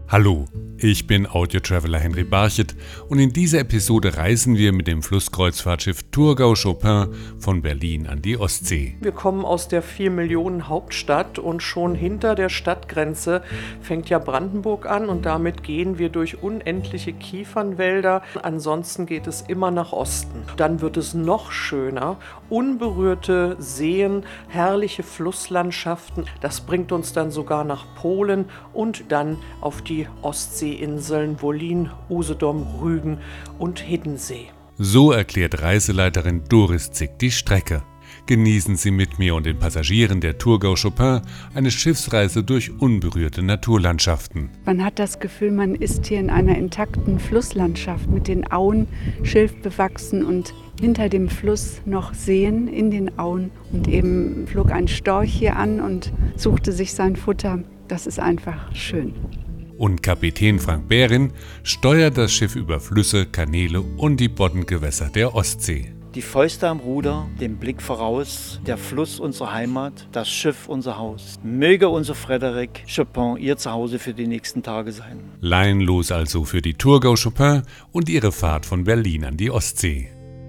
Hallo, ich bin Audio-Traveler Henry Barchet und in dieser Episode reisen wir mit dem Flusskreuzfahrtschiff Thurgau Chopin von Berlin an die Ostsee. Wir kommen aus der 4-Millionen-Hauptstadt und schon hinter der Stadtgrenze fängt ja Brandenburg an und damit gehen wir durch unendliche Kiefernwälder. Ansonsten geht es immer nach Osten. Dann wird es noch schöner, unberührte Seen, herrliche Flusslandschaften. Das bringt uns dann sogar nach Polen und dann auf die Ostseeinseln Wollin, Usedom, Rügen und Hiddensee. So erklärt Reiseleiterin Doris Zick die Strecke. Genießen Sie mit mir und den Passagieren der Thurgau Chopin eine Schiffsreise durch unberührte Naturlandschaften. Man hat das Gefühl, man ist hier in einer intakten Flusslandschaft mit den Auen schilfbewachsen und hinter dem Fluss noch Seen in den Auen. Und eben flog ein Storch hier an und suchte sich sein Futter. Das ist einfach schön. Und Kapitän Frank Behrin steuert das Schiff über Flüsse, Kanäle und die Boddengewässer der Ostsee. Die Fäuste am Ruder, den Blick voraus, der Fluss unsere Heimat, das Schiff unser Haus. Möge unser Frédéric Chopin ihr Zuhause für die nächsten Tage sein. Laienlos also für die Thurgau Chopin und ihre Fahrt von Berlin an die Ostsee.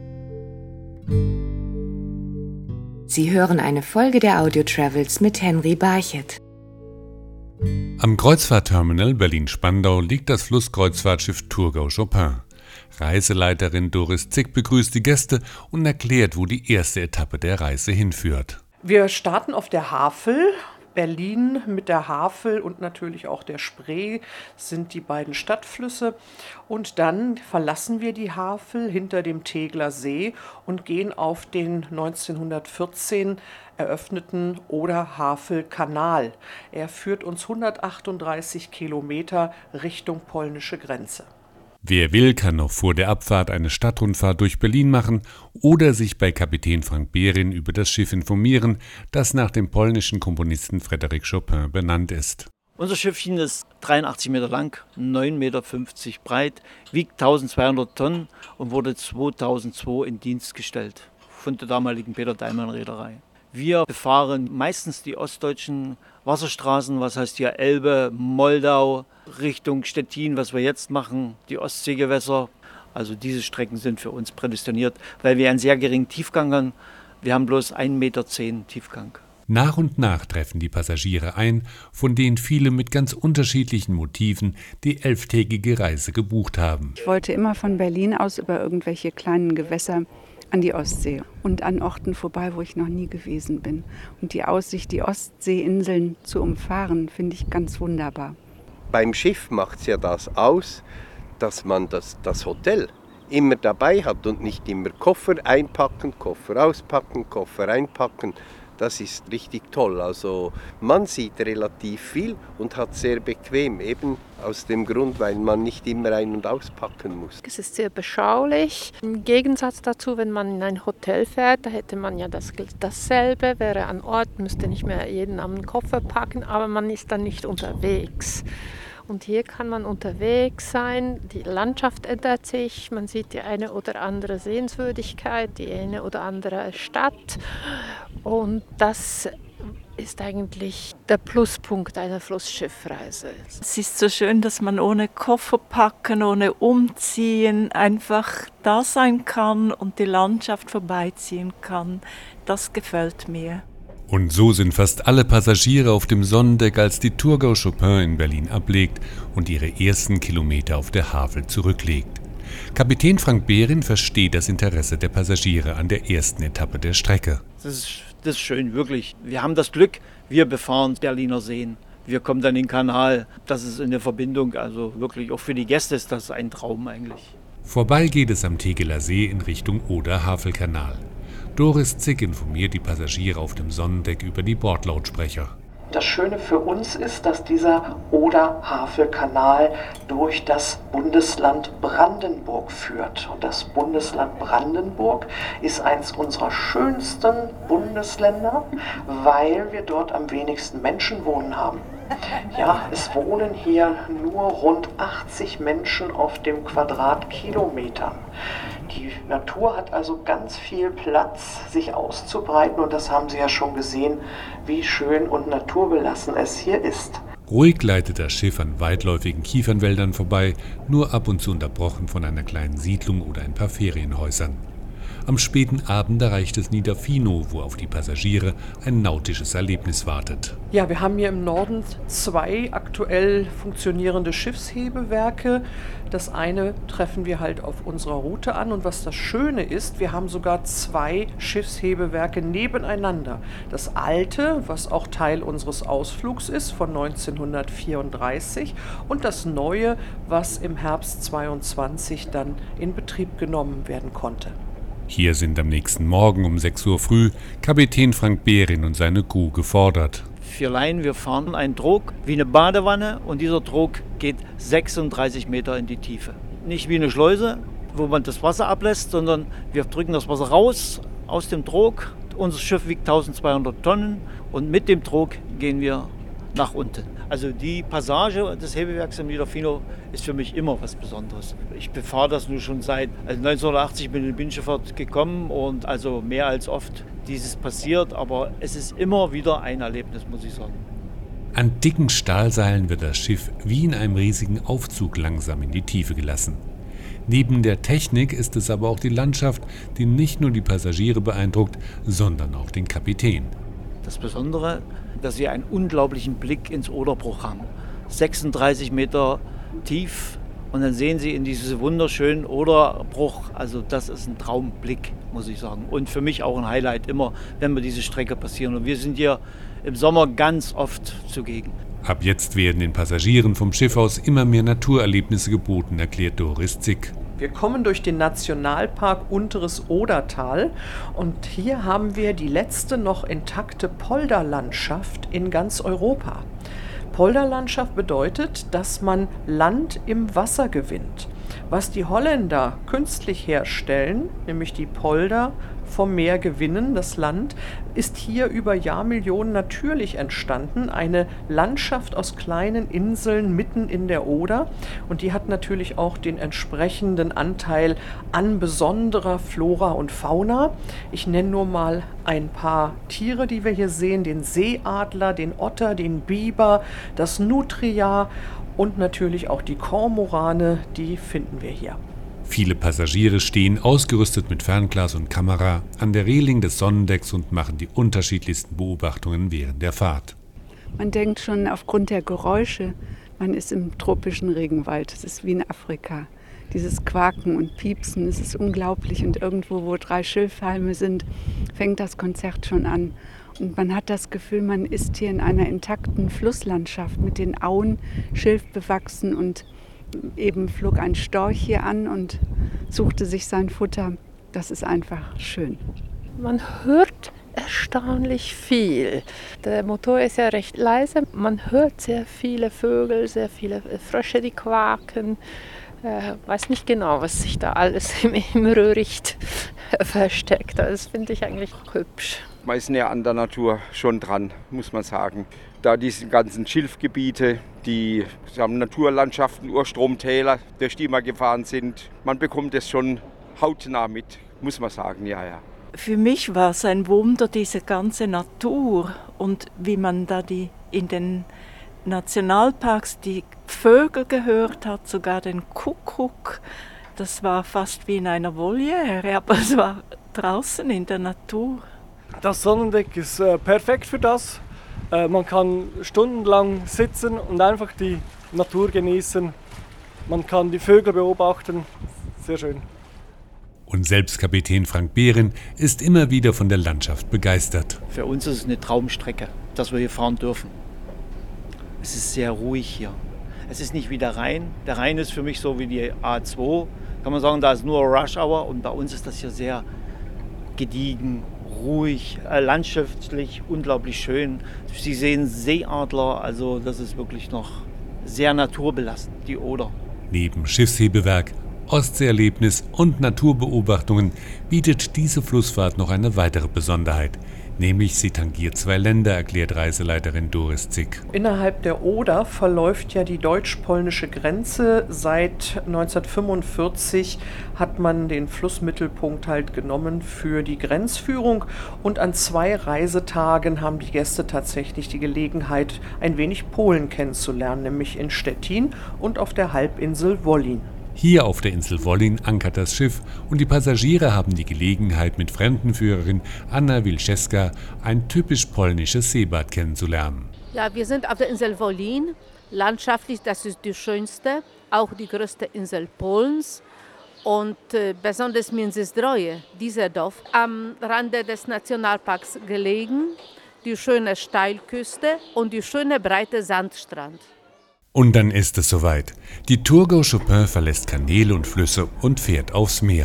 Sie hören eine Folge der Audio Travels mit Henry Barchet. Am Kreuzfahrtterminal Berlin-Spandau liegt das Flusskreuzfahrtschiff Thurgau Chopin. Reiseleiterin Doris Zick begrüßt die Gäste und erklärt, wo die erste Etappe der Reise hinführt. Wir starten auf der Havel. Berlin mit der Havel und natürlich auch der Spree sind die beiden Stadtflüsse. Und dann verlassen wir die Havel hinter dem Tegeler See und gehen auf den 1914 eröffneten Oder-Havel-Kanal. Er führt uns 138 Kilometer Richtung polnische Grenze. Wer will, kann noch vor der Abfahrt eine Stadtrundfahrt durch Berlin machen oder sich bei Kapitän Frank Behrin über das Schiff informieren, das nach dem polnischen Komponisten Frédéric Chopin benannt ist. Unser Schiffchen ist 83 Meter lang, 9,50 Meter breit, wiegt 1200 Tonnen und wurde 2002 in Dienst gestellt von der damaligen Peter Deimann Reederei. Wir befahren meistens die ostdeutschen Wasserstraßen, was heißt hier Elbe, Moldau, Richtung Stettin, was wir jetzt machen, die Ostseegewässer. Also diese Strecken sind für uns prädestiniert, weil wir einen sehr geringen Tiefgang haben. Wir haben bloß 1,10 Meter Tiefgang. Nach und nach treffen die Passagiere ein, von denen viele mit ganz unterschiedlichen Motiven die 11-tägige Reise gebucht haben. Ich wollte immer von Berlin aus über irgendwelche kleinen Gewässer an die Ostsee und an Orten vorbei, wo ich noch nie gewesen bin. Und die Aussicht, die Ostseeinseln zu umfahren, finde ich ganz wunderbar. Beim Schiff macht es ja das aus, dass man das Hotel immer dabei hat und nicht immer Koffer einpacken, Koffer auspacken, Koffer einpacken. Das ist richtig toll. Also man sieht relativ viel und hat sehr bequem, eben aus dem Grund, weil man nicht immer ein- und auspacken muss. Es ist sehr beschaulich. Im Gegensatz dazu, wenn man in ein Hotel fährt, da hätte man ja dasselbe, wäre an Ort, müsste nicht mehr jeden am Koffer packen, aber man ist dann nicht unterwegs. Und hier kann man unterwegs sein, die Landschaft ändert sich, man sieht die eine oder andere Sehenswürdigkeit, die eine oder andere Stadt. Und das ist eigentlich der Pluspunkt einer Flussschiffreise. Es ist so schön, dass man ohne Koffer packen, ohne umziehen einfach da sein kann und die Landschaft vorbeiziehen kann. Das gefällt mir. Und so sind fast alle Passagiere auf dem Sonnendeck, als die Thurgau Chopin in Berlin ablegt und ihre ersten Kilometer auf der Havel zurücklegt. Kapitän Frank Behrin versteht das Interesse der Passagiere an der ersten Etappe der Strecke. Das ist schön, wirklich. Wir haben das Glück, wir befahren Berliner Seen. Wir kommen dann in den Kanal. Das ist in der Verbindung, also wirklich auch für die Gäste ist das ein Traum eigentlich. Vorbei geht es am Tegeler See in Richtung Oder-Havel-Kanal. Doris Zick informiert die Passagiere auf dem Sonnendeck über die Bordlautsprecher. Das Schöne für uns ist, dass dieser Oder-Havel-Kanal durch das Bundesland Brandenburg führt. Und das Bundesland Brandenburg ist eines unserer schönsten Bundesländer, weil wir dort am wenigsten Menschen wohnen haben. Ja, es wohnen hier nur rund 80 Menschen auf dem Quadratkilometer. Die Natur hat also ganz viel Platz, sich auszubreiten und das haben Sie ja schon gesehen, wie schön und naturbelassen es hier ist. Ruhig gleitet das Schiff an weitläufigen Kiefernwäldern vorbei, nur ab und zu unterbrochen von einer kleinen Siedlung oder ein paar Ferienhäusern. Am späten Abend erreicht es Niederfino, wo auf die Passagiere ein nautisches Erlebnis wartet. Ja, wir haben hier im Norden 2 aktuell funktionierende Schiffshebewerke. Das eine treffen wir halt auf unserer Route an. Und was das Schöne ist, wir haben sogar 2 Schiffshebewerke nebeneinander. Das alte, was auch Teil unseres Ausflugs ist, von 1934. Und das neue, was im Herbst 22 dann in Betrieb genommen werden konnte. Hier sind am nächsten Morgen um 6 Uhr früh Kapitän Frank Behrin und seine Crew gefordert. Wir leihen, wir fahren einen Trog wie eine Badewanne und dieser Trog geht 36 Meter in die Tiefe. Nicht wie eine Schleuse, wo man das Wasser ablässt, sondern wir drücken das Wasser raus aus dem Trog. Unser Schiff wiegt 1200 Tonnen und mit dem Trog gehen wir nach unten. Also die Passage des Hebewerks im Niederfino ist für mich immer was Besonderes. Ich befahre das nur schon seit 1980 bin ich in die Binnenschifffahrt gekommen und also mehr als oft dieses passiert, aber es ist immer wieder ein Erlebnis, muss ich sagen. An dicken Stahlseilen wird das Schiff wie in einem riesigen Aufzug langsam in die Tiefe gelassen. Neben der Technik ist es aber auch die Landschaft, die nicht nur die Passagiere beeindruckt, sondern auch den Kapitän. Das Besondere, dass wir einen unglaublichen Blick ins Oderbruch haben. 36 Meter tief und dann sehen Sie in diesen wunderschönen Oderbruch, also das ist ein Traumblick, muss ich sagen. Und für mich auch ein Highlight immer, wenn wir diese Strecke passieren. Und wir sind hier im Sommer ganz oft zugegen. Ab jetzt werden den Passagieren vom Schiff aus immer mehr Naturerlebnisse geboten, erklärt Doris Zick. Wir kommen durch den Nationalpark Unteres Odertal und hier haben wir die letzte noch intakte Polderlandschaft in ganz Europa. Polderlandschaft bedeutet, dass man Land im Wasser gewinnt. Was die Holländer künstlich herstellen, nämlich die Polder vom Meer gewinnen, das Land, ist hier über Jahrmillionen natürlich entstanden. Eine Landschaft aus kleinen Inseln mitten in der Oder. Und die hat natürlich auch den entsprechenden Anteil an besonderer Flora und Fauna. Ich nenne nur mal ein paar Tiere, die wir hier sehen. Den Seeadler, den Otter, den Biber, das Nutria und natürlich auch die Kormorane, die finden wir hier. Viele Passagiere stehen, ausgerüstet mit Fernglas und Kamera, an der Reling des Sonnendecks und machen die unterschiedlichsten Beobachtungen während der Fahrt. Man denkt schon aufgrund der Geräusche, man ist im tropischen Regenwald. Es ist wie in Afrika. Dieses Quaken und Piepsen, es ist unglaublich. Und irgendwo, wo 3 Schilfhalme sind, fängt das Konzert schon an. Und man hat das Gefühl, man ist hier in einer intakten Flusslandschaft mit den Auen schilfbewachsen und eben flog ein Storch hier an und suchte sich sein Futter. Das ist einfach schön. Man hört erstaunlich viel. Der Motor ist ja recht leise. Man hört sehr viele Vögel, sehr viele Frösche, die quaken. Weiß nicht genau, was sich da alles im Röhricht versteckt. Das finde ich eigentlich hübsch. Man ist näher an der Natur schon dran, muss man sagen. Da diese ganzen Schilfgebiete, die haben Naturlandschaften, Urstromtäler, durch die wir gefahren sind. Man bekommt es schon hautnah mit, muss man sagen, ja. Für mich war es ein Wunder, diese ganze Natur und wie man da in den Nationalparks die Vögel gehört hat, sogar den Kuckuck. Das war fast wie in einer Voliere, aber es war draußen in der Natur. Das Sonnendeck ist perfekt für das. Man kann stundenlang sitzen und einfach die Natur genießen. Man kann die Vögel beobachten. Sehr schön. Und selbst Kapitän Frank Behrin ist immer wieder von der Landschaft begeistert. Für uns ist es eine Traumstrecke, dass wir hier fahren dürfen. Es ist sehr ruhig hier. Es ist nicht wie der Rhein. Der Rhein ist für mich so wie die A2. Kann man sagen, da ist nur Rush Hour und bei uns ist das hier sehr gediegen, ruhig, landschaftlich unglaublich schön. Sie sehen Seeadler, also das ist wirklich noch sehr naturbelassen, die Oder. Neben Schiffshebewerk, Ostseeerlebnis und Naturbeobachtungen bietet diese Flussfahrt noch eine weitere Besonderheit, nämlich sie tangiert 2 Länder, erklärt Reiseleiterin Doris Zick. Innerhalb der Oder verläuft ja die deutsch-polnische Grenze. Seit 1945 hat man den Flussmittelpunkt halt genommen für die Grenzführung und an 2 Reisetagen haben die Gäste tatsächlich die Gelegenheit, ein wenig Polen kennenzulernen, nämlich in Stettin und auf der Halbinsel Wollin. Hier auf der Insel Wollin ankert das Schiff und die Passagiere haben die Gelegenheit, mit Fremdenführerin Anna Wilczewska ein typisch polnisches Seebad kennenzulernen. Ja, wir sind auf der Insel Wollin. Landschaftlich, das ist die schönste, auch die größte Insel Polens. Und besonders Międzyzdroje, dieser Dorf, am Rande des Nationalparks gelegen, die schöne Steilküste und die schöne breite Sandstrand. Und dann ist es soweit. Die Thurgau Chopin verlässt Kanäle und Flüsse und fährt aufs Meer.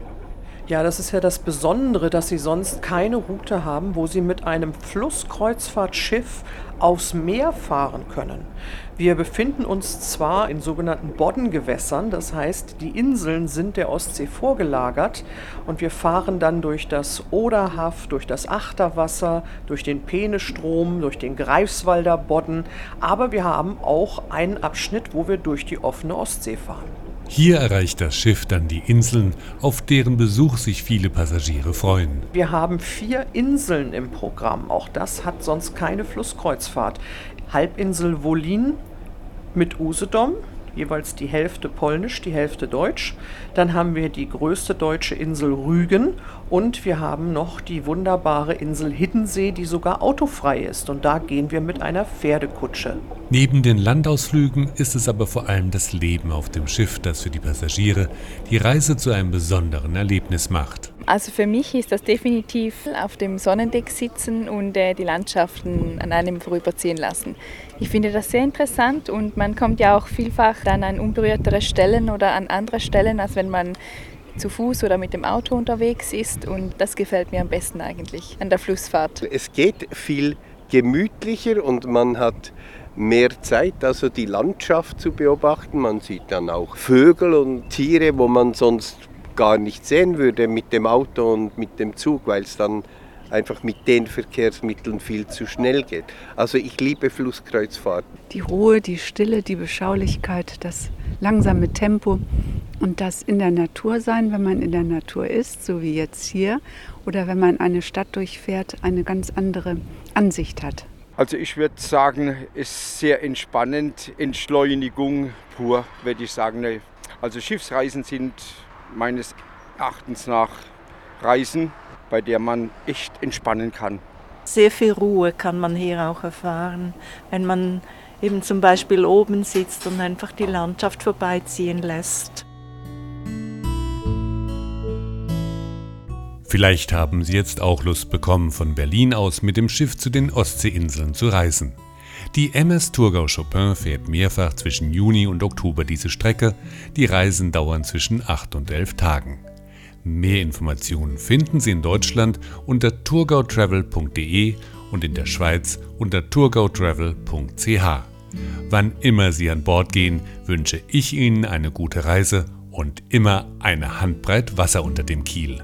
Ja, das ist ja das Besondere, dass Sie sonst keine Route haben, wo Sie mit einem Flusskreuzfahrtschiff aufs Meer fahren können. Wir befinden uns zwar in sogenannten Boddengewässern, das heißt, die Inseln sind der Ostsee vorgelagert und wir fahren dann durch das Oderhaff, durch das Achterwasser, durch den Peenestrom, durch den Greifswalder Bodden, aber wir haben auch einen Abschnitt, wo wir durch die offene Ostsee fahren. Hier erreicht das Schiff dann die Inseln, auf deren Besuch sich viele Passagiere freuen. Wir haben 4 Inseln im Programm, auch das hat sonst keine Flusskreuzfahrt. Halbinsel Wollin mit Usedom, jeweils die Hälfte polnisch, die Hälfte deutsch. Dann haben wir die größte deutsche Insel Rügen und wir haben noch die wunderbare Insel Hiddensee, die sogar autofrei ist. Und da gehen wir mit einer Pferdekutsche. Neben den Landausflügen ist es aber vor allem das Leben auf dem Schiff, das für die Passagiere die Reise zu einem besonderen Erlebnis macht. Also für mich ist das definitiv auf dem Sonnendeck sitzen und die Landschaften an einem vorüberziehen lassen. Ich finde das sehr interessant und man kommt ja auch vielfach dann an unberührtere Stellen oder an andere Stellen, als wenn man zu Fuß oder mit dem Auto unterwegs ist, und das gefällt mir am besten eigentlich an der Flussfahrt. Es geht viel gemütlicher und man hat mehr Zeit, also die Landschaft zu beobachten. Man sieht dann auch Vögel und Tiere, wo man sonst gar nicht sehen würde mit dem Auto und mit dem Zug, weil es dann einfach mit den Verkehrsmitteln viel zu schnell geht. Also ich liebe Flusskreuzfahrten. Die Ruhe, die Stille, die Beschaulichkeit, das langsame Tempo und das in der Natur sein, wenn man in der Natur ist, so wie jetzt hier, oder wenn man eine Stadt durchfährt, eine ganz andere Ansicht hat. Also ich würde sagen, es ist sehr entspannend, Entschleunigung pur, würde ich sagen. Also Schiffsreisen sind meines Erachtens nach Reisen, bei der man echt entspannen kann. Sehr viel Ruhe kann man hier auch erfahren, wenn man eben zum Beispiel oben sitzt und einfach die Landschaft vorbeiziehen lässt. Vielleicht haben Sie jetzt auch Lust bekommen, von Berlin aus mit dem Schiff zu den Ostseeinseln zu reisen. Die MS Thurgau Chopin fährt mehrfach zwischen Juni und Oktober diese Strecke. Die Reisen dauern zwischen 8 und 11 Tagen. Mehr Informationen finden Sie in Deutschland unter thurgautravel.de und in der Schweiz unter thurgautravel.ch. Wann immer Sie an Bord gehen, wünsche ich Ihnen eine gute Reise und immer eine Handbreit Wasser unter dem Kiel.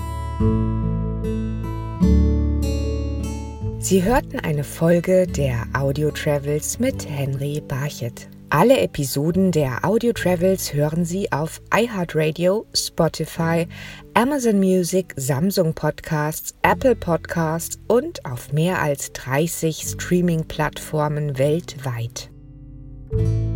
Sie hörten eine Folge der Audio Travels mit Henry Barchett. Alle Episoden der Audio Travels hören Sie auf iHeartRadio, Spotify, Amazon Music, Samsung Podcasts, Apple Podcasts und auf mehr als 30 Streaming-Plattformen weltweit.